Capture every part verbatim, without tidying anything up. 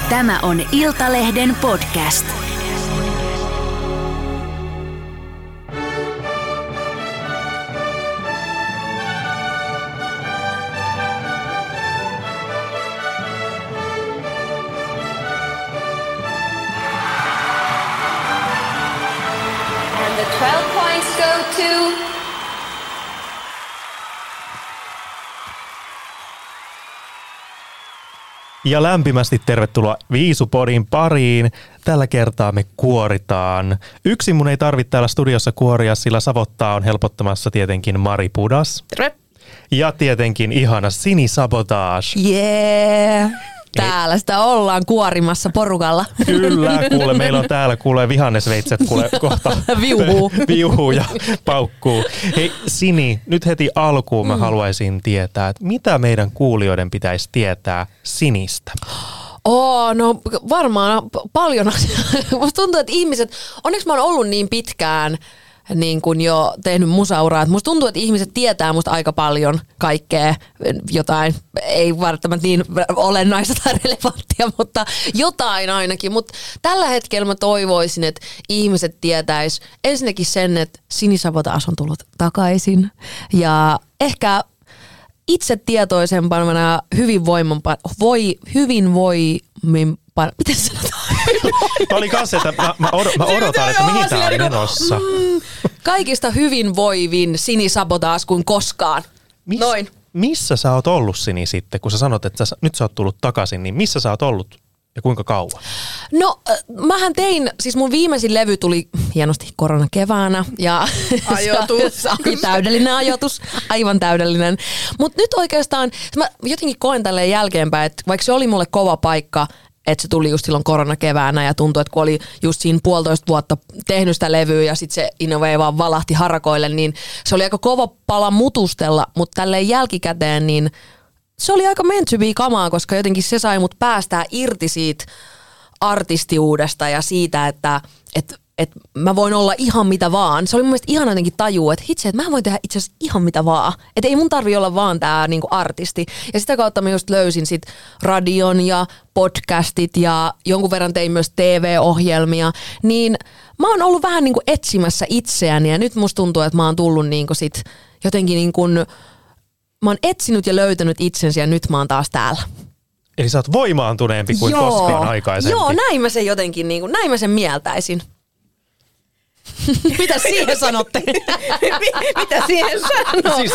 Tämä on Iltalehden podcast. And the twelve points go to... Ja lämpimästi tervetuloa Viisupodin pariin. Tällä kertaa me kuoritaan. Yksin mun ei tarvitse täällä studiossa kuoria, sillä savottaa on helpottamassa tietenkin Mari Pudas. Terve. Ja tietenkin ihana Sini Sabotage. Jee! Täällä sitä ollaan kuorimassa porukalla. Kyllä, kuule, meillä on täällä kuule vihannesveitset kuule kohta. Viuhuu. Viuhuu ja paukkuu. Hei Sini, nyt heti alkuun mä mm. haluaisin tietää, että mitä meidän kuulijoiden pitäisi tietää Sinistä? Oo, no varmaan paljon asiaa. Musta tuntuu, että ihmiset, onneksi mä oon ollut niin pitkään niin kuin jo tehnyt musauraa. Musta tuntuu, että ihmiset tietää musta aika paljon kaikkea, jotain, ei välttämättä niin olennaista tai relevanttia, mutta jotain ainakin. Mutta tällä hetkellä mä toivoisin, että ihmiset tietäis ensinnäkin sen, että Sini Sabotage on tullut takaisin ja ehkä itse tietoisempana hyvin voimanpa, voi, hyvin voimimpana, miten sanotaan? Mä olin kanssa, että mä, mä, odot, mä odotan, että mihin tää on menossa. Mm, kaikista hyvinvoivin Sini Sabotage kuin koskaan. Mis, Noin. Missä sä oot ollut, Sini, sitten, kun sä sanot, että sä, nyt sä oot tullut takaisin, niin missä sä oot ollut ja kuinka kauan? No, mähän tein, siis mun viimeisin levy tuli hienosti koronakeväänä ja ajoitus. se oli täydellinen ajoitus, aivan täydellinen. Mutta nyt oikeastaan, mä jotenkin koen tälleen jälkeenpäin, että vaikka se oli mulle kova paikka, että se tuli just silloin koronakeväänä ja tuntui, että kun oli just siinä puolitoista vuotta tehnyt sitä levyä ja sitten se in a way vaan valahti harakoille, niin se oli aika kova pala mutustella, mutta tälleen jälkikäteen niin se oli aika meant to be kamaa, koska jotenkin se sai mut päästää irti siitä artistiudesta ja siitä, että et, et mä voin olla ihan mitä vaan. Se oli mun mielestä ihana jotenkin tajua, että hitse, että mä voin tehdä itse asiassa ihan mitä vaan. Että ei mun tarvi olla vaan tää niinku artisti. Ja sitä kautta mä just löysin sit radion ja podcastit ja jonkun verran tein myös T V-ohjelmia. Niin mä oon ollut vähän niinku etsimässä itseäni ja nyt musta tuntuu, että mä oon tullut niinku sit jotenkin niinku mä oon etsinyt ja löytänyt itsensä ja nyt mä oon taas täällä. Eli sä oot voimaantuneempi kuin Joo. koskaan aikaisemmin. Joo, näin mä sen jotenkin, niin kuin, näin mä sen mieltäisin. Mitä siihen sanotte? Mitä siihen sanoo? Siis,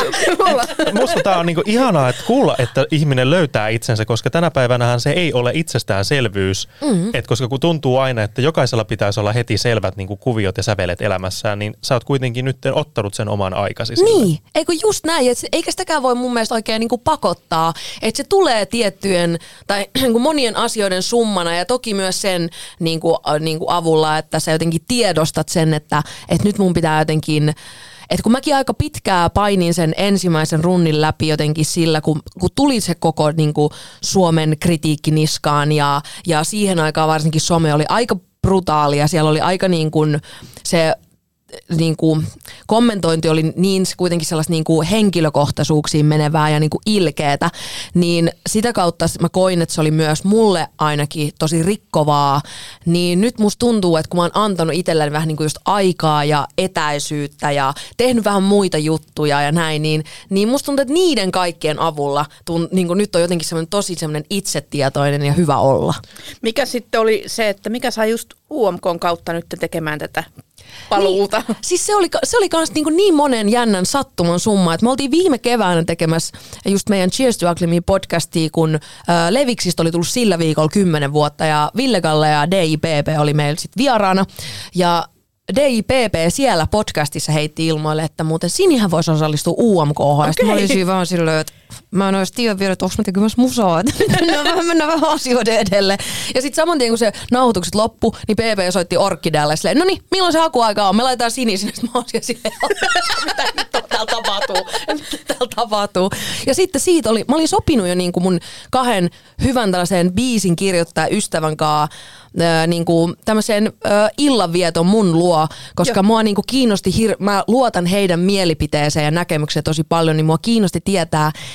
musta tää on niinku ihanaa, että kuulla, että ihminen löytää itsensä, koska tänä päivänähän se ei ole itsestäänselvyys. Mm-hmm. Et koska kun tuntuu aina, että jokaisella pitäisi olla heti selvät niinku kuviot ja sävelet elämässään, niin sä oot kuitenkin nyt ottanut sen oman aikasi. Niin, eikö just näin, eikä sitäkään voi mun mielestä oikein niinku pakottaa, että se tulee tiettyjen tai niinku monien asioiden summana ja toki myös sen niinku, niinku avulla, että sä jotenkin tiedostat sen, että että nyt mun pitää jotenkin, että kun mäkin aika pitkään painin sen ensimmäisen runnin läpi jotenkin sillä, kun, kun tuli se koko niin kuin Suomen kritiikki niskaan ja, ja siihen aikaan varsinkin some oli aika brutaalia, siellä oli aika niin kuin se niin kuin kommentointi oli niin kuitenkin sellaista niin kuin henkilökohtaisuuksiin menevää ja niin kuin ilkeätä, niin sitä kautta mä koin, että se oli myös mulle ainakin tosi rikkovaa, niin nyt musta tuntuu, että kun mä oon antanut itselleni vähän niin kuin just aikaa ja etäisyyttä ja tehnyt vähän muita juttuja ja näin, niin, niin musta tuntuu, että niiden kaikkien avulla tun, niin kuin nyt on jotenkin semmoinen tosi semmoinen itsetietoinen ja hyvä olla. Mikä sitten oli se, että mikä sai just U M K:n kautta nyt tekemään tätä paluuta? Niin, siis se oli, se oli kans niin, niin monen jännän sattuman summa, että me oltiin viime keväänä tekemässä just meidän Cheers to Ugly Me -podcastia, kun ä, Leviksistä oli tullut sillä viikolla kymmenen vuotta ja Ville Galle ja D I P P oli meillä sit vieraana ja D I P P siellä podcastissa heitti ilmoille, että muuten Sinihän voisi osallistua U M K:hon. Okay. Ja sitten mä olin siinä vaan silleen, että mä en olisi tiedä vielä, että onko mä tekemässä musaa, että mennään vähän, mennään vähän asioiden edelle. Ja sitten saman tien kun se nauhoitukset loppu, niin P P soitti Orkidealle silleen, no niin, milloin se hakuaika on? Me laitetaan Sini sinne, sitten mä oon siellä silleen, mitä nyt täällä tapahtuu? Mitä täällä tapahtuu? Ja sitten siitä oli, mä olin sopinut jo niin kuin mun kahden hyvän tällaisen biisin kirjoittajan ystävän kanssa, Äh, niinku, tämmöiseen äh, illanvieton mun luo, koska Joo. mua niinku kiinnosti, hir- mä luotan heidän mielipiteeseen ja näkemykseen tosi paljon, niin mua kiinnosti tietää,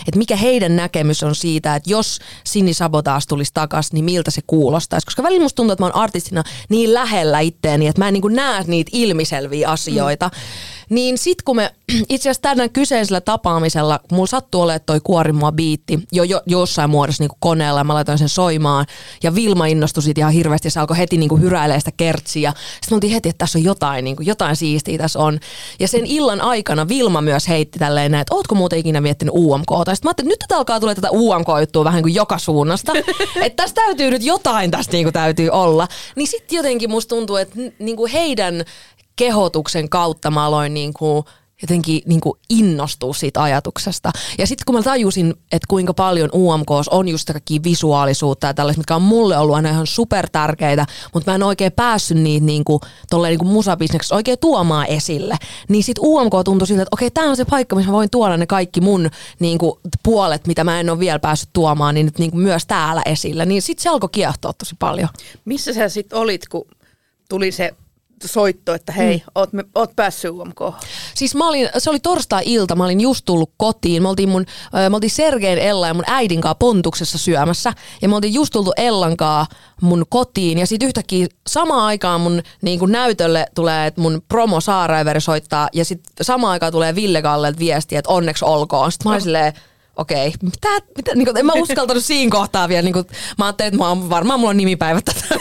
että mikä heidän näkemys on siitä, että jos Sini Sabotage tulisi takaisin, niin miltä se kuulostaisi. Koska välillä musta tuntuu, että mä oon artistina niin lähellä itteeni, että mä en niin kuin näe niitä ilmiselviä asioita. Mm. Niin sit kun me itse asiassa tänään kyseisellä tapaamisella, mulla sattuu olemaan toi Kuori mua biitti jo, jo jossain muodossa niin kuin koneella ja mä laitoin sen soimaan ja Vilma innostui siitä ihan hirveästi ja se alkoi heti niin kuin hyräilemään sitä kertsiä. Sitten me oltiin heti, että tässä on jotain, niin kuin, jotain siistiä tässä on. Ja sen illan aikana Vilma myös heitti tälleen näin, että ootko muuten ikinä miettinyt U M K:ta? Sitten mä ajattelin, että nyt alkaa tulla tätä U M K-juttua vähän kuin joka suunnasta. Että tässä täytyy nyt jotain tästä niin kuin täytyy olla. Niin sitten jotenkin musta tuntuu, että niin kuin heidän kehotuksen kautta mä aloin niin kuin jotenkin niin kuin innostua siitä ajatuksesta. Ja sitten kun mä tajusin, että kuinka paljon U M K:ssa on just kaikkia visuaalisuutta ja tällaista, mitkä on mulle ollut aina ihan supertärkeitä, mutta mä en oikein päässyt niitä niin kuin, tolleen niin kuin musabisneksessä oikein tuomaan esille. Niin sitten U M K tuntui siltä, että okei, tää on se paikka, missä mä voin tuoda ne kaikki mun niin kuin, puolet, mitä mä en ole vielä päässyt tuomaan, niin nyt niin kuin myös täällä esille. Niin sitten se alkoi kiehtoa tosi paljon. Missä sä sitten olit, kun tuli se soitto, että hei, mm. oot, me, oot päässyt U M K:hon? Siis mä olin, se oli torstai-ilta, mä olin just tullut kotiin. Me oltiin, mun, me oltiin Sergein, Ella ja mun äidin kanssa Pontuksessa syömässä. Ja me oltiin just tultu Ellan kanssa mun kotiin. Ja sit yhtäkkiä samaan aikaan mun niin kun näytölle tulee, että mun promo Saaraiveri soittaa. Ja sit samaan aikaan tulee Ville Gallelta viesti, että onneksi olkoon. Sitten mä olin silleen, okei, okay, mitä, mitä niin kun, en mä uskaltanut siinä kohtaa vielä. Niin kun, mä ajattelin, että mä oon, varmaan mulla on nimipäivät tätä.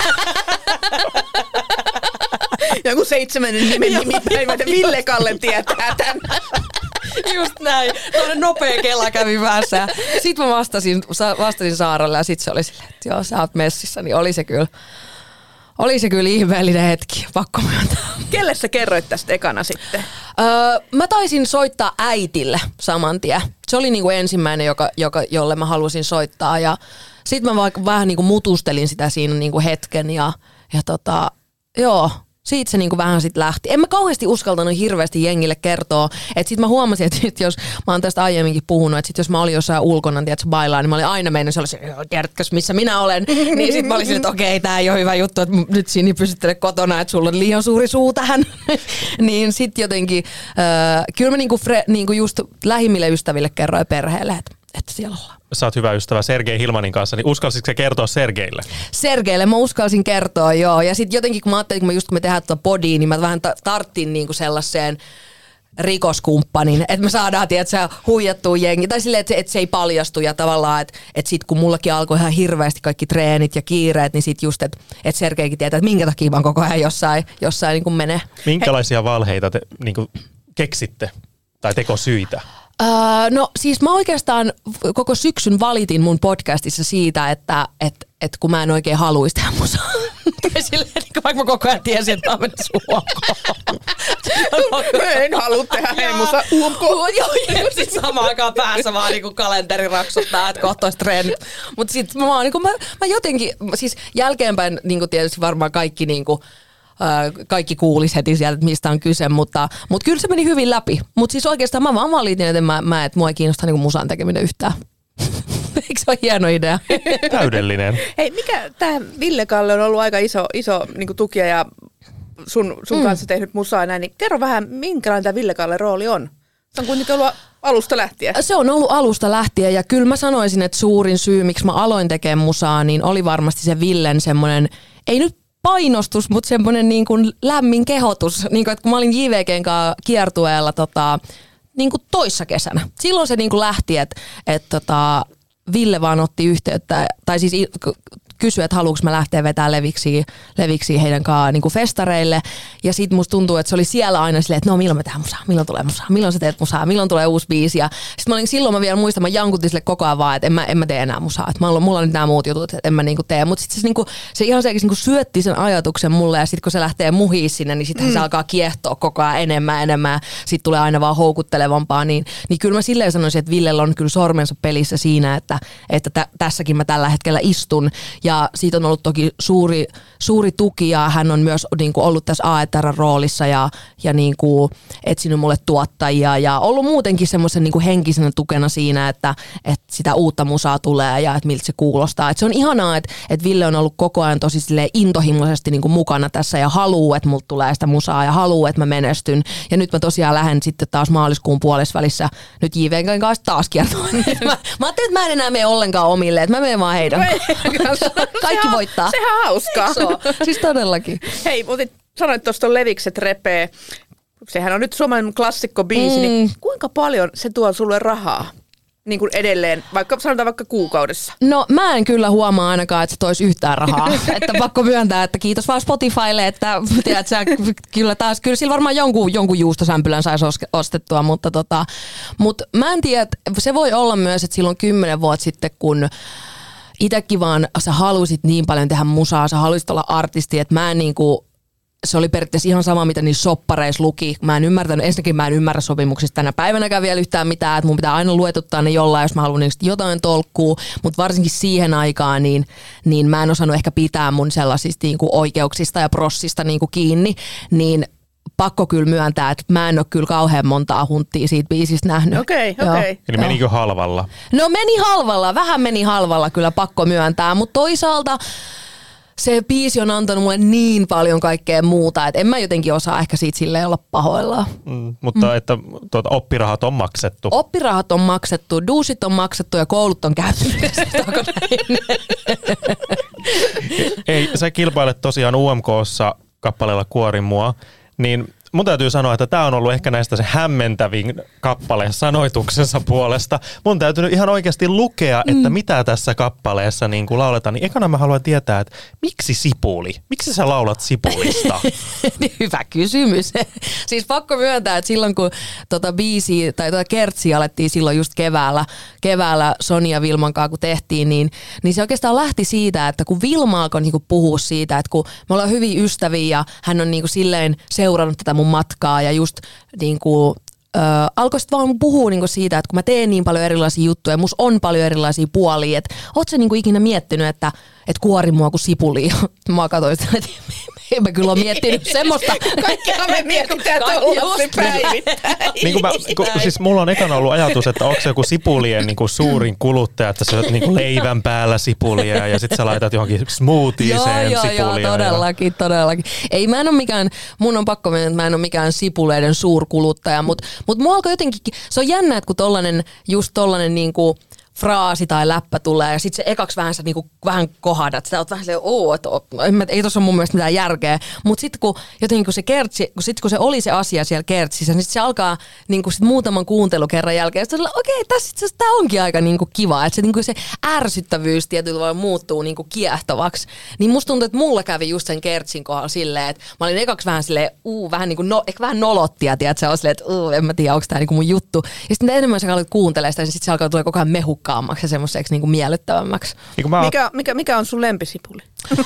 Joku seitsemännen nimen nimipäivä, että Ville Kalle tietää tämän. Just näin. Tuollainen nopea kela kävi päässä. Sitten mä vastasin, vastasin Saaralle ja sitten se oli silleen, että joo, sä oot messissä. Niin oli se kyllä, oli se kyllä ihmeellinen hetki, pakko myöntää. Kelle sä kerroit tästä ekana sitten? Öö, mä taisin soittaa äitille saman tien. Se oli niinku ensimmäinen, joka, joka, jolle mä halusin soittaa. Ja sitten mä vaikka vähän niinku mutustelin sitä siinä niinku hetken. Ja, ja tota, joo... Siitä se niinku vähän sitten lähti. En mä kauheasti uskaltanut hirveästi jengille kertoa. Että sit mä huomasin, että sit jos, mä oon tästä aiemminkin puhunut, että sit jos mä olin jossain ulkona, tiedätkö, bailaan, niin mä olin aina mennyt sellaisen, tiedätkös missä minä olen. Niin sit mä olin silleen, että okei, tää ei ole hyvä juttu, että nyt Sini pysyttele kotona, että sulla on liian suuri suu tähän. Niin sit jotenkin, äh, kyllä mä niinku, fre, niinku just lähimmille ystäville kerroin perheelle, että, että siellä ollaan. Sä oot hyvä ystävä Sergei Hilmanin kanssa, niin uskalsitko sä kertoa Sergeille? Sergeille mä uskalsin kertoa, joo. Ja sitten jotenkin, kun mä ajattelin, kun mä just kun me tehdään tuota podia, niin mä vähän tarttin niinku sellaiseen rikoskumppanin, että me saadaan, tiedätkö, huijattua jengi. Tai silleen, että se, että se ei paljastu ja tavallaan, että, että sit kun mullakin alkoi ihan hirveästi kaikki treenit ja kiireet, niin sit just, että, että Sergeikin tietää, että minkä takia mä koko ajan jossain, jossain niin kuin menee. Minkälaisia valheita te niin kuin keksitte tai tekosyitä? Öö, no siis mä oikeastaan koko syksyn valitin mun podcastissa siitä, että et, et kun mä en oikein haluaisi tehdä musaa. Tai silleen, vaikka mä koko ajan tiesin, että mä menen suokoon. En halua tehdä hei musa U M K. Joo, ja sit samaan aikaan päässä vaan niinku kalenteri raksuttaa, että kohta olisi treenit. Mutta sit mä vaan niinku, mä, mä jotenkin, siis jälkeenpäin niinku tietysti varmaan kaikki niinku, kaikki kuulisi heti sieltä, että mistä on kyse, mutta, mutta kyllä se meni hyvin läpi. Mutta siis oikeastaan mä vaan valitin, että mä, mä, et mua ei kiinnosta niinku musan tekeminen yhtään. Eikö se ole hieno idea? Täydellinen. Hei, mikä tämä Ville Kalle on ollut aika iso, iso niinku tukija ja sun, sun mm. kanssa tehnyt musaa näin, niin kerro vähän, minkälainen tämä Ville Kallen rooli on? Se on kuitenkin ollut alusta lähtien. Se on ollut alusta lähtien ja kyllä mä sanoisin, että suurin syy, miksi mä aloin tekemään musaa, niin oli varmasti se Villen semmoinen, ei nyt painostus, mutta semmoinen niin kuin lämmin kehotus. Niin kuin, että kun mä olin J V G:n kanssa kiertueella tota, niin kuin toissa kesänä. Silloin se niin kuin lähti, että et, tota, Ville vaan otti yhteyttä, tai siis kysyi, että haluanko mä lähteä vetämään leviksiä, leviksiä heidän kanssaan niin kuin festareille. Ja sit musta tuntuu, että se oli siellä aina silleen, että no milloin me tehdään musaa, milloin tulee musaa, milloin sä teet musaa, milloin tulee uusi biisi. Ja sit mä olin, silloin mä vielä muistan, mä jankutin sille koko ajan vaan, että en mä, en mä tee enää musaa. Että mulla on nyt nämä muut jutut, että en mä niinku tee. Mutta sit se, niinku, se ihan selkeästi niinku syötti sen ajatuksen mulle ja sit kun se lähtee muhii sinne, niin sitten mm. se alkaa kiehtoa koko ajan enemmän enemmän. Sitten tulee aina vaan houkuttelevampaa. Niin, niin kyllä mä silleen sanoisin, että Villellä on kyllä sormensa pelissä siinä, että, että tä, tässäkin mä tällä hetkellä istun. Ja ja siitä on ollut toki suuri, suuri tuki ja hän on myös niin kuin ollut tässä A E T R-roolissa ja, ja niin kuin etsinyt mulle tuottajia ja ollut muutenkin semmoisen niin kuin henkisenä tukena siinä, että, että sitä uutta musaa tulee ja että miltä se kuulostaa. Että se on ihanaa, että, että Ville on ollut koko ajan tosi intohimoisesti niin kuin mukana tässä ja haluu, että multa tulee sitä musaa ja haluu, että mä menestyn. Ja nyt mä tosiaan lähden sitten taas maaliskuun puolesvälissä nyt J V:n kanssa taas kiertoon. mä, mä ajattelin, että mä en enää mene ollenkaan omille, että mä menen vaan heidän. Kaikki sehän, voittaa. Sehän on hauskaa. Siis todellakin. Hei, mutta sanoit tuosta Levikset repee. Sehän on nyt Suomen klassikkobiisi, mm. niin kuinka paljon se tuo sulle rahaa? Niin kuin edelleen, vaikka sanotaan vaikka kuukaudessa. No mä en kyllä huomaa ainakaan, että se toisi yhtään rahaa. Että pakko myöntää, että kiitos vaan Spotifylle, että tiedät, sä, kyllä taas, kyllä sillä varmaan jonkun, jonkun juustosämpylän saisi ostettua, mutta tota, mut mä en tiedä, se voi olla myös, että silloin kymmenen vuotta sitten, kun itsekin vaan sä halusit niin paljon tehdä musaa, sä halusit olla artisti, että mä en niinku, se oli periaatteessa ihan sama, mitä niissä soppareissa luki. Mä en ymmärtänyt, ensinnäkin mä en ymmärrä sopimuksista tänä päivänäkään vielä yhtään mitään, että mun pitää aina luetuttaa ne jollain, jos mä haluan niistä jotain tolkkuu, mutta varsinkin siihen aikaan, niin, niin mä en osannut ehkä pitää mun sellaisista niin kuin oikeuksista ja prossista niin kuin kiinni, niin pakko kyllä myöntää, että mä en ole kyllä kauhean montaa hunttia siitä biisistä nähnyt. Okei, okay, okei. Okay. Eli menikö halvalla? No meni halvalla, vähän meni halvalla kyllä pakko myöntää, mutta toisaalta se biisi on antanut mulle niin paljon kaikkea muuta, että en mä jotenkin osaa ehkä siitä silleen olla pahoillaan. Mm, mutta mm. että tuota, oppirahat on maksettu. Oppirahat on maksettu, duusit on maksettu ja koulut on käyty. Ei, sä kilpailet tosiaan U M K:ssa kappaleella Kuori mua, niin mun täytyy sanoa, että tää on ollut ehkä näistä se hämmentävin kappale sanoituksensa puolesta. Mun täytyy ihan oikeasti lukea, että mm. mitä tässä kappaleessa niin kuin lauletaan. Niin ekana mä haluan tietää, että miksi sipuli? Miksi sä laulat sipulista? Hyvä kysymys. Siis pakko myöntää, että silloin kun tota biisiä tai tota kertsiä alettiin silloin just keväällä, keväällä Sonia Vilman kanssa kun tehtiin, niin, niin se oikeastaan lähti siitä, että kun Vilma alkoi niinku puhua siitä, että kun me ollaan hyviä ystäviä ja hän on niinku silleen seurannut tätä mun matkaa ja just niinku Ö, alkoi sitten vaan puhua niinku siitä, että kun mä teen niin paljon erilaisia juttuja, musta on paljon erilaisia puolia, että oot sä niinku ikinä miettinyt, että et kuori mua kuin sipuli? Mä katsoin sitä, että en mä kyllä ole miettinyt semmoista. Kaikkihan me mietitään tuollaisia päivittäin. Niin kuin mä, kun, siis mulla on ekana ollut ajatus, että onko se joku sipulien niin kuin suurin kuluttaja, että sä oot niin kuin leivän päällä sipulia ja sit sä laitat johonkin smoothieseen joo, sipulia. Joo, joo, todellakin, ja... todellakin. Ei, mä en ole mikään, mun on pakko mennä, että mä en ole mikään sipuleiden suurkuluttaja, mutta mut mua alkoi jotenkin, se on jännä, että kun tollanen, just tollanen niinku fraasi tai läppä tulee ja sit se ekaksi vähän sä niinku vähän kohdat. Sitä oot vähän silleen, oo, että ei tossa ole mun mielestä mitään järkeä. Mut sit kun jotenkin kun se kertsi, kun sit kun se oli se asia siellä kertsissä, niin sit se alkaa niinku sit muutaman kuuntelukerran jälkeen. Sit okei, okay, tässä itse asiassa tää onkin aika niinku kiva. Että se, niinku se ärsyttävyys tietyllä tavalla muuttuu niinku kiehtovaksi. Niin musta tuntuu, että mulla kävi just sen kertsin kohdalla silleen, että mä olin ekaksi vähän silleen, uu, vähän niinku, no, ehkä vähän nolottia, tiedät, se on silleen, että uu, en mä tiedä, onko tää niinku mun juttu. Ja sitten enemmän sä aloit kuuntelemaan sitä, niin sit se alkaa tulla koko ajan mehukkaammaksi ja semmoiseksi niinku miellyttävämmäksi. Niin mä... mikä, mikä, mikä on sun lempisipuli?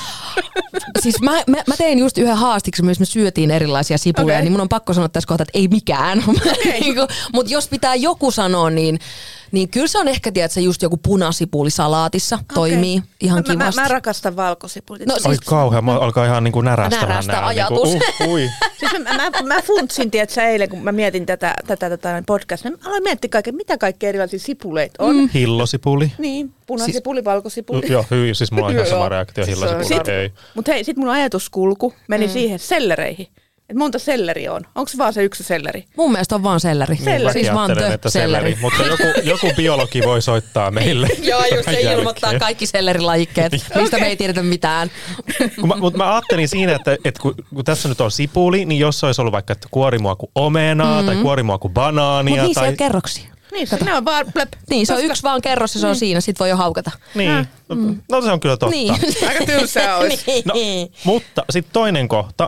Siis mä, mä, mä tein just yhden haastiksi, myös me syötiin erilaisia sipuleja, okay. Niin mun on pakko sanoa tässä kohtaa, että ei mikään. Okay. Mutta jos pitää joku sanoa, niin, niin kyllä se on ehkä, tiedätkö, just joku punasipuli salaatissa okay. Toimii ihan mä, kivasti. Mä, mä rakastan valkosipulia. No, siis, Oi kauhean, mä alkaa ihan niinku närästämään. Närästä ajatus. Niinku, uh, ui. Siis mä, mä, mä funtsin, tiedätkö, eilen, kun mä mietin tätä, tätä, tätä podcastia, mä aloin miettiä kaiken, mitä kaikkea erilaisia sipuleita on. Mm. Hillosipuli. Niin, punasipuli, siis, valkosipuli. Joo, hyvin, siis mulla on ihan sama reaktio hillosipuli. Ei. Mutta hei, sit mun ajatuskulku meni mm. siihen sellereihin. Et monta selleri on? Onko se vaan se yksi selleri? Mun mielestä on vaan selleri. selleri. Siis vaan että selleri. Mutta joku, joku biologi voi soittaa meille. Joo, just se ilmoittaa kaikki sellerilajikkeet, mistä okay. Me ei tiedetä mitään. Mutta mä ajattelin siinä, että, että kun, kun tässä nyt on sipuli, niin jos olisi ollut vaikka että kuorimua kuin omenaa mm-hmm. tai kuorimua kuin banaania. Mutta niin tai... se ei ole kerroksia. Niin, se, ne on vaan plöp. Niin, se on yksi vaan kerros ja se on niin. Siinä, sit voi jo haukata. Niin, mm. no se on kyllä totta. Niin. Aika tylsää olisi. No, mutta sitten toinen kohta,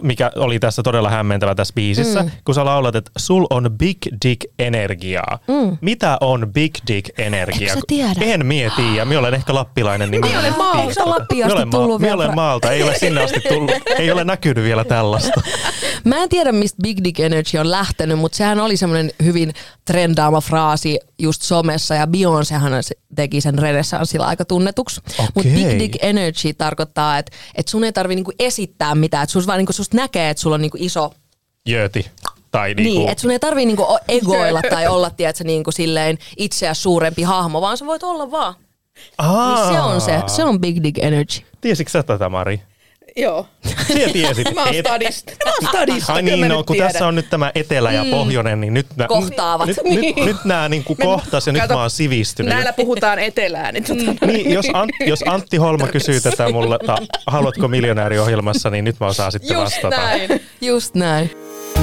mikä oli tässä todella hämmentävä tässä biisissä, mm. kun sä laulat, että sul on big dick energiaa. Mm. Mitä on big dick energiaa? Eikö sä tiedä? En mieti, ja minä olen ehkä lappilainen. Niin minä olen maalta, se on Lappiin asti tullut ma- vielä. Minä olen maalta, ei ole sinne asti tullut, ei ole näkynyt vielä tällaista. Mä en tiedä, mistä big dick energy on lähtenyt, mutta sehän oli semmoinen hyvin trendaama fraasi just somessa, ja Beyoncéhan teki sen renessanssilla aika tunnetuksi. Okay. Mutta big dick energy tarkoittaa, että et sun ei tarvitse niinku esittää mitään, että vaan niinku susta näkee, että sulla on niinku iso jööti. Tai niinku... Niin, että sun ei tarvii niinku egoilla tai olla tiedätkö, niinku silleen itseäsi suurempi hahmo, vaan sä voit olla vaan. Niin se on se, se on big dick energy. Tiesitkö sä tätä, Mari? Joo. Sinä tiesit. Mä oon stadista. Mä oon stadista. Ai niin, no, kun tiedän. Tässä on nyt tämä etelä ja pohjoinen, niin nyt nää, kohtaavat. Nyt, niin. nyt, nyt nämä niin kohtas ja kato, nyt mä oon sivistynyt. Näillä puhutaan etelää. Niin, tota, niin jos, Ant, jos Antti Holma kysyy tätä mulle, että haluatko miljonääriohjelmassa, niin nyt mä osaan sitten just vastata. Näin. Just näin.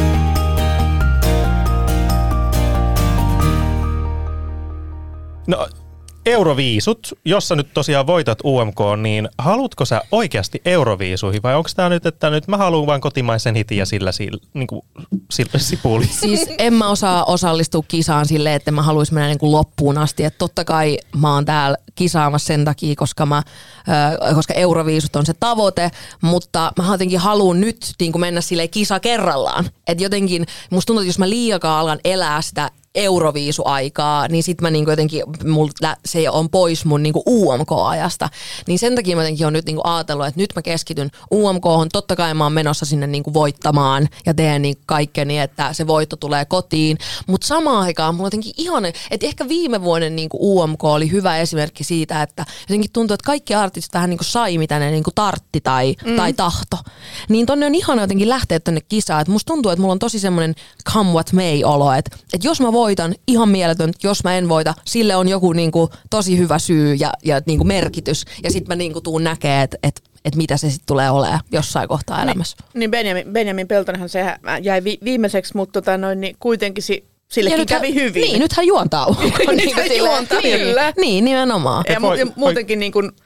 No, Euroviisut, jos sä nyt tosiaan voitat U M K, niin haluatko sä oikeasti Euroviisuihin vai onko tää nyt, että nyt mä haluan vain kotimaisen hitin ja sillä, sillä, niin kuin, sillä sipuli? Siis en mä osaa osallistua kisaan silleen, että mä haluaisin mennä niin kuin loppuun asti. Että totta kai mä oon täällä kisaamassa sen takia, koska, mä, äh, koska Euroviisut on se tavoite, mutta mä jotenkin haluan nyt niin kuin mennä silleen kisa kerrallaan. Että jotenkin musta tuntuu, että jos mä liiakaan alan elää sitä Euroviisu-aikaa, niin sit mä niinku jotenkin, mulla, se on pois mun niinku U M K-ajasta. Niin sen takia mä jotenkin on nyt niinku ajatellut, että nyt mä keskityn U M K:hon. Totta kai mä oon menossa sinne niinku voittamaan ja teen niinku kaikkeni, että se voitto tulee kotiin. Mutta samaan aikaan mulla jotenkin ihana, että ehkä viime vuoden niinku U M K oli hyvä esimerkki siitä, että jotenkin tuntuu, että kaikki artistit vähän niinku sai mitä ne niinku tartti tai, mm. tai tahto. Niin tonne on ihana jotenkin lähteä tonne kisaan. Et musta tuntuu, että mulla on tosi semmoinen come what may olo, että et jos mä voitan, ihan mieletön, jos mä en voita, sille on joku niinku tosi hyvä syy ja, ja niinku merkitys. Ja sit mä niinku tuun näkee, että et, et mitä se sitten tulee olemaan jossain kohtaa elämässä. Niin, niin Benjamin, Benjamin Peltonenhan se jäi vi, viimeiseksi, mutta tota noin, niin kuitenkin si, sillekin kävi hyvin. Niin, nythän juontaa U M K. Niin, niin, juontaa, kyllä. Niin, nimenomaan. Ja, mu, ja muutenkin niin kuin,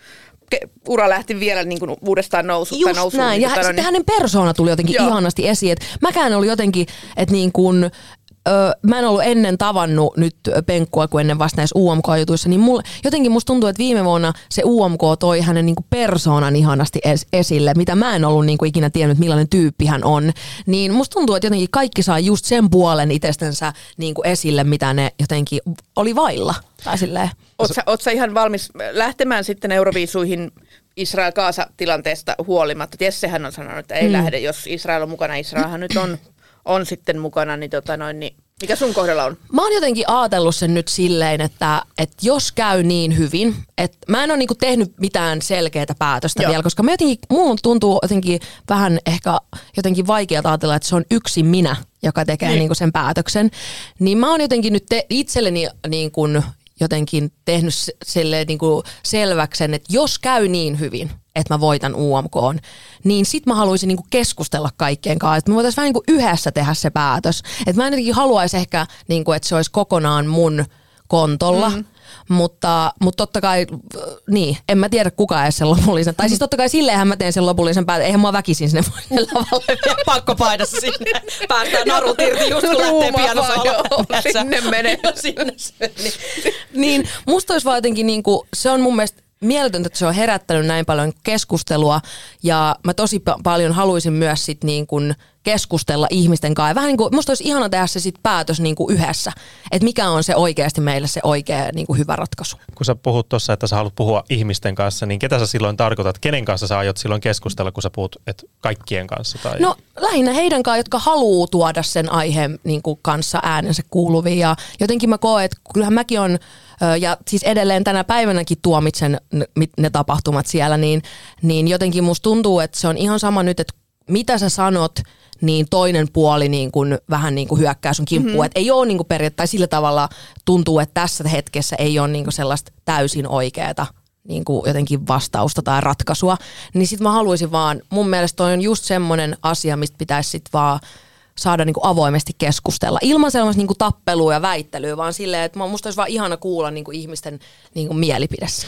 ura lähti vielä niin kuin uudestaan nousu, just nousuun. näin, niin, ja tota, sitten niin, hänen persoona tuli jotenkin joo. ihanasti esiin. Et mäkään oli jotenkin, että niin kuin... Öö, mä en ollut ennen tavannut nyt Penkkua kuin ennen vasta näissä U M K-jutuissa, niin mulle, jotenkin musta tuntuu, että viime vuonna se U M K toi hänen niinku persoonan ihanasti es, esille, mitä mä en ollut niinku ikinä tiennyt, millainen tyyppi hän on. Niin musta tuntuu, että jotenkin kaikki saa just sen puolen itsestänsä niinku esille, mitä ne jotenkin oli vailla. Tai silleen. Oot sä, oot sä ihan valmis lähtemään sitten Euroviisuihin Israel-Kaasa-tilanteesta huolimatta? Jessehän on sanonut, että ei mm. lähde, jos Israel on mukana. Israelhan nyt on... on sitten mukana, niin, tota noin, niin mikä sun kohdalla on? Mä oon jotenkin ajatellut sen nyt silleen, että, että jos käy niin hyvin, että mä en ole niinku tehnyt mitään selkeää päätöstä Joo. vielä, koska mä jotenkin, muun tuntuu jotenkin vähän ehkä jotenkin vaikeaa ajatella, että se on yksin minä, joka tekee niin. niinku sen päätöksen. Niin mä oon jotenkin nyt te, itselleni niin kuin jotenkin tehnyt silleen niin kuin selväksen, että jos käy niin hyvin, että mä voitan U M K:n, niin sit mä haluaisin niinku keskustella kaikkien kanssa, että me voitaisiin vähän niinku yhdessä tehdä se päätös. Että mä en jotenkin haluaisi ehkä, niinku, että se olisi kokonaan mun kontolla, mm. mutta, mutta totta kai, niin, en mä tiedä kuka edes sen lopullisen, tai siis totta kai silleenhän mä teen sen lopullisen päätös, eihän mä väkisin sinne voi lavalle vielä pakkopaidassa sinne, päästään narut irti just kun lähtee pianosoilla. Sinne menee. Sinne se, niin, niin musta olisi vaan jotenkin, niinku, se on mun mielestä mieletöntä, että se on herättänyt näin paljon keskustelua ja mä tosi pa- paljon haluaisin myös sit niin kuin keskustella ihmisten kanssa. Vähän niin kuin, musta olisi ihana tehdä se sit päätös niin kuin yhdessä, että mikä on se oikeasti meille se oikea niin kuin hyvä ratkaisu. Kun sä puhut tuossa, että sä haluat puhua ihmisten kanssa, niin ketä sä silloin tarkoitat? Kenen kanssa sä aiot silloin keskustella, kun sä puhut että kaikkien kanssa? Tai... No lähinnä heidän kanssa, jotka haluaa tuoda sen aiheen niin kuin kanssa äänensä kuuluviin ja jotenkin mä koen, että kyllähän mäkin on ja siis edelleen tänä päivänäkin tuomitsen ne tapahtumat siellä, niin, niin jotenkin musta tuntuu, että se on ihan sama nyt, että mitä sä sanot, niin toinen puoli niin kuin vähän niin kuin hyökkää sun kimppuun. Mm-hmm. Että ei ole niin kuin periaatteessa sillä tavalla tuntuu, että tässä hetkessä ei ole niin kuin sellaista täysin oikeaa niin kuin jotenkin vastausta tai ratkaisua. Niin sit mä haluaisin vaan, mun mielestä toi on just semmoinen asia, mistä pitäisi sit vaan saada niinku avoimesti keskustella. Ilman sellaista niinku tappelua ja väittelyä, vaan silleen, että musta olisi vaan ihana kuulla niinku ihmisten niinku mielipide siitä.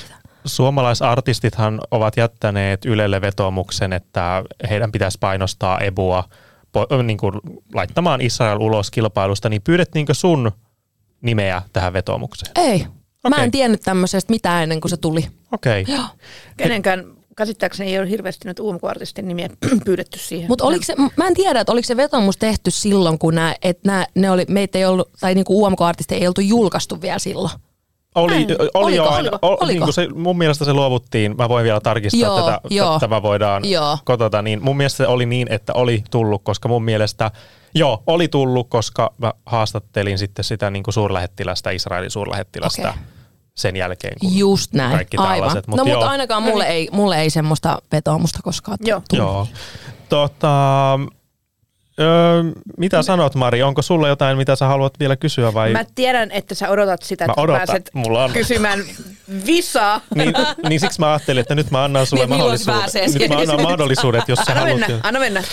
suomalaisartistithan ovat jättäneet Ylelle vetoomuksen, että heidän pitäisi painostaa Ebua po, niin kuin laittamaan Israel ulos kilpailusta, niin pyydettiinkö sun nimeä tähän vetoomukseen? Ei. Okay. Mä en Okei. tiennyt tämmöisestä mitään ennen kuin se tuli. Okei. Okay. Kenenkään käsittääkseni ei ole hirveästi nyt U M K-artistin nimiä pyydetty siihen. Mutta oliko se, mä en tiedä, että oliko se vetoomus tehty silloin, kun nää, et nää, ne oli, meitä ei ollut, tai niinku U M K-artisteja ei oltu julkaistu vielä silloin. Oli, oli Oliko? jo aina, Oliko? o, niin kuin se, mun mielestä se luovuttiin, mä voin vielä tarkistaa Joo, tätä, joo. tämä voidaan Joo. kotota, niin mun mielestä se oli niin, että oli tullut, koska mun mielestä, joo, oli tullut, koska mä haastattelin sitten sitä niin kuin suurlähettilästä, Israelin suurlähettilästä Okei. sen jälkeen, kun Just näin, kaikki aivan. tällaiset. No mutta joo. ainakaan mulle ei, mulle ei semmoista vetoomusta koskaan Joo. tullut. Joo. Tota, öö, mitä sanot, Mari? Onko sulla jotain, mitä sä haluat vielä kysyä vai? Mä tiedän, että sä odotat sitä, Mä että odotan. pääset Mulla on. kysymään visaa. Niin, niin siksi mä ajattelin, että nyt mä annan sulle Niin, milloin mahdollisuudet. pääsee Nyt siihen? mä annan mahdollisuudet, jos sä Anna haluat. mennä, anna mennä.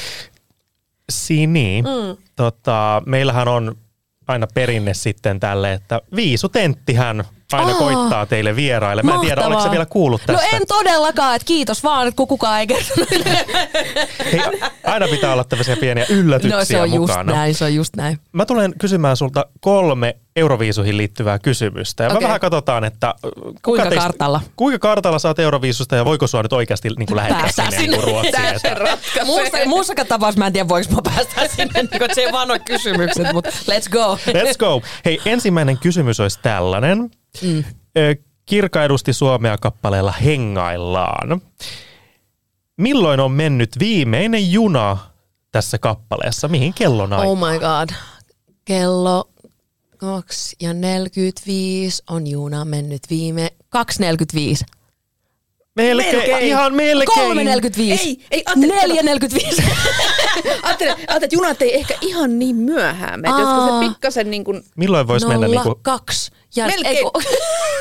Sini. Mm. Tota, meillähän on aina perinne sitten tälle, että viisutenttihän aina Aa, koittaa teille vieraille. Mä en tiedä, mahtavaa. oletko sä vielä kuullut tästä? No en todellakaan, että kiitos vaan, kun kukaan ei kertonut. Hei, aina pitää olla tämmöisiä pieniä yllätyksiä No se on just mukana. näin, se on just näin. Mä tulen kysymään sulta kolme Euroviisuihin liittyvää kysymystä. Ja Okei. me vähän katsotaan, että kuka Kuinka teistä, kartalla? Kuinka kartalla saat Euroviisusta ja voiko sua nyt oikeasti niin kuin lähettää Päästää sinne, sinne. sinne. Ruotsiin? Tää Että- se ratkaisee. Muussa, muussakaan tapauksessa mä en tiedä, voiko mä päästä sinne, niin kun se ei vaan ole kysymykset, mutta let's go. Let's go. Hei, ensimmäinen kysymys olisi tällainen. Mm. Kirka edusti Suomea kappaleella Hengaillaan. Milloin on mennyt viimeinen juna tässä kappaleessa? Mihin kellon aikaan? Oh my god. Kello kaksi ja neljäkymmentäviisi on juna mennyt viime... kaksi neljäkymmentäviisi. Melkein, Melkein. ihan melkein. kolme neljäkymmentäviisi. Ei, ei, ajattele- neljä neljäkymmentäviisi. Ajattele, ajattele, että junat ei ehkä ihan niin myöhään mene. Että Josko Aa. se pikkasen niin kuin... Milloin voisi mennä niin kuin, kaksi. Ja, Melkein. ei, kun-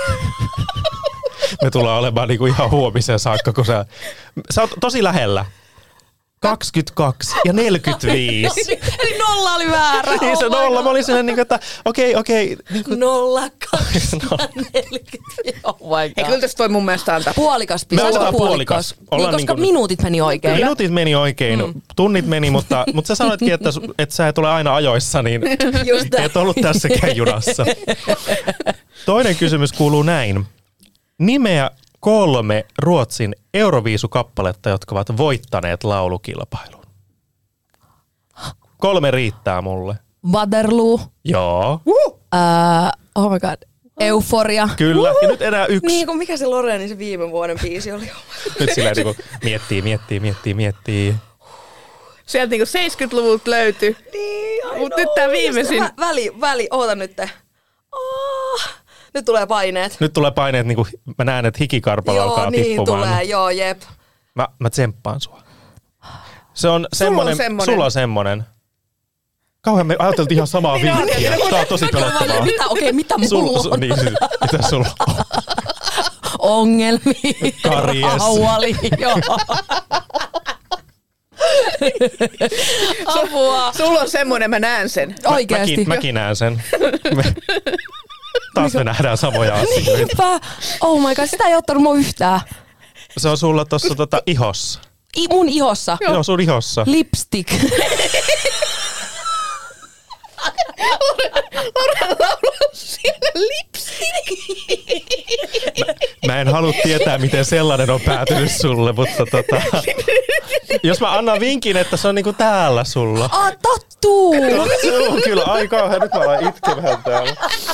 me tullaan olemaan niin kuin ihan huomiseen saakka, kun sä, sä oot tosi lähellä. kaksikymmentäkaksi ja neljäkymmentäviisi. Eli nolla oli väärä. Niin se Oh my nolla. God. Mä olin siinä niin kuin, että okei, okei. Niin kuin, Nolla, kaksi ja neljäkymmentäviisi. Oh my Ei, god. kyllä tästä voi mun mielestä antaa. Puolikas Me piste. annetaan Puolikas. puolikas. Niin, Ollaan koska niin kuin- minuutit meni oikein. Minuutit meni oikein, mm. tunnit meni, mutta, mutta sä sanoitkin, että, että sä et ole aina ajoissa, niin Just näin. et ollut tässäkään junassa. Toinen kysymys kuuluu näin. Nimeä kolme Ruotsin Euroviisukappaletta, jotka ovat voittaneet laulukilpailun. Kolme riittää mulle. Waterloo. Joo, Uh! Uh, oh my god. Euforia. kyllä. Ja nyt enää yksi. Niin kuin mikä se Lorenin se viime vuoden biisi oli. Nyt silleen niin kuin miettii, miettii, miettii, miettii. Sieltä niinku seitsemänkymmentäluvulta löytyi. Niin, Mut nyt tää viimeisin. Vä, väli, väli, oota nyt. Oh, nyt tulee paineet. Nyt tulee paineet, niin kuin mä näen, että hikikarpalo Joo, alkaa niin tippumaan. tulee, joo, jep. Mä, mä tsemppaan sua. Se on semmonen, semmonen. sulla on semmonen. Kauhean me ajateltiin ihan samaa Niin on, vinkkiä. ja- Tää on tosi pelottavaa. Mitä, okei, okay, mitä mulla Sul, su, on? niin, siis, mitä sulla on? Ongelmia. Karies. Auali, joo. Apua. Sulla on semmoinen, mä näen sen. Oikeesti. Mäkin, mäkin näen sen. Me, taas me nähdään samoja asioita. Niinpä. Oh my god, sitä ei ottanut mua yhtään. Se on sulla tossa tota, ihossa. I, mun ihossa. Joo, Joo sun ihossa. Lipstick. Siellä lipstick. Mä en halua tietää, miten sellainen on päätynyt sulle, mutta tota, jos mä annan vinkin, että se on niinku täällä sulla. Ah, tattuu. No, se on kyllä aika kauhean. Nyt mä alan itkemään täällä.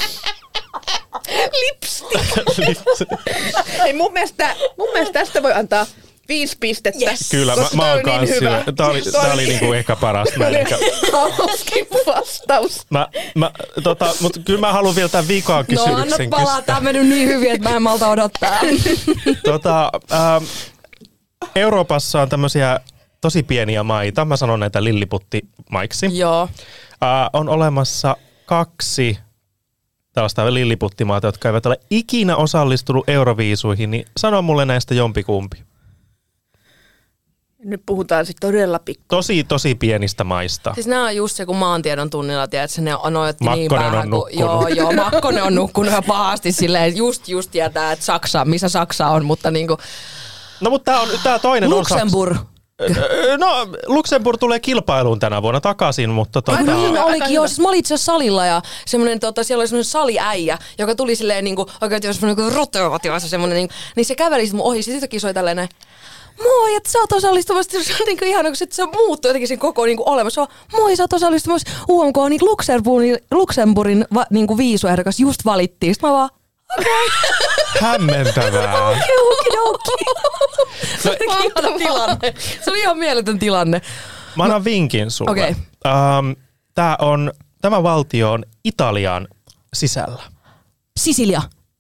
Lipstick. Hei, mun mielestä, mun mielestä tästä voi antaa viisi pistettä. Yes. Kyllä, mä, koska mä toi oon on niin kans hyvä. sillä. Tää oli, Toi tää oli niinku ehkä paras. Mä, enkä, hauskin vastaus. mä, mä, tota, mut kyllä mä haluan vielä tämän vikaan No anna kysymyksen palaa, kysyä. tää on mennyt niin hyvin, että mä en malta odottaa. Tota, ähm, Euroopassa on tämmöisiä tosi pieniä maita. Mä sanon näitä lilliputtimaiksi. Joo. Äh, on olemassa kaksi tällaista lilliputtimaata, jotka eivät ole ikinä osallistunut Euroviisuihin, niin sano mulle näistä jompikumpi. Nyt puhutaan sitten todella pikku. Tosi, tosi pienistä maista. Siis nämä on just se, kun maantiedon tunnilla, tiedätkö, ne on oitti niin Makkonen vähän. on nukkunut. Joo, joo, Makkonen on nukkunut ja pahasti silleen, just, just tietää, että Saksa, missä Saksa on, mutta niinku... No mutta tää, on, tää toinen Luxemburg. on Saksa. No, Luxemburg tulee kilpailuun tänä vuonna takaisin, mutta tota... Ai niin olikin, joo. Siis mä olin itse asiassa salilla ja semmonen, tota, siellä oli semmonen saliäijä, joka tuli silleen niinku, oikein semmonen niinku roteovatiivassa semmonen, niinku, niin se käveli sit mun ohi, sit yhtäkkiä soi tälleen näin. Moi, että sä oot osallistumassa, se on niinku ihana, kun se muuttuu jotenkin sen koko niinku olemassa. Moi, sä oot osallistumassa U M K, niin Luxemburgin, Luxemburgin va, niinku viisuehdokas just valittiin. Sitten mä vaan, okei. Okay. Hämmentävää. Okidoki. Se oli ihana tilanne. Se oli ihan mieletön tilanne. Mä annan vinkin sulle. Okei. Okay. Um, tää on, tämä valtio on Italian sisällä. Sisilia.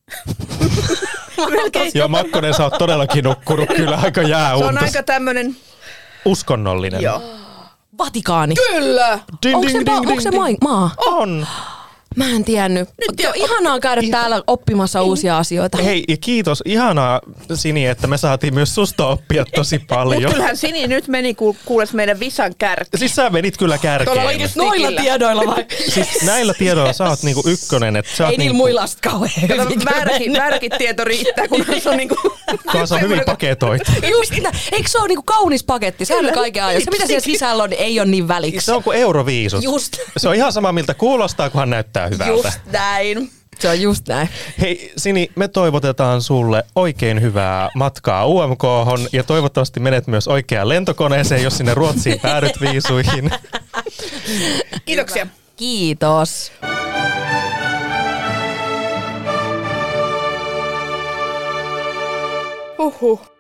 Joo, Makkonen, sä oot todellakin nukkunut kyllä aika jääunta. Se on aika tämmönen... Uskonnollinen. Joo. Vatikaani. Kyllä! Ding, Onko ding, se, ding, onko ding, se ding. maa? On. Mä en tiennyt. Nyt on ihanaa käydä täällä oppimassa uusia asioita. Hei, ja kiitos. Ihanaa, Sini, että me saatiin myös susta oppia tosi paljon. Kyllähän Sini nyt meni ku, kuules meidän visan kärki. Siis sä menit kyllä kärkeen. Noilla tiedoilla vai? Siis näillä tiedoilla sä oot niinku ykkönen. Että sä oot Ei niillä niinku, muilla sit kauhean hyvin. Vääräkin, vääräkin tieto riittää, kun se on niinku... se on hyvin paketoitu. Just sitä. Eikö se ole niinku kaunis paketti? Sehän on kaiken ajan. Se mitä siellä sisällä on, niin ei ole niin väliksi. Se on kuin Euroviisut. Just. Se on ihan sama, miltä kuulostaa, kunhan näyttää hyvältä. Just näin. Se on just näin. Hei Sini, me toivotetaan sulle oikein hyvää matkaa U M K:hon ja toivottavasti menet myös oikeaan lentokoneeseen, jos sinne Ruotsiin päädyt viisuihin. Kiitoksia. Kiitos. Huhhuh.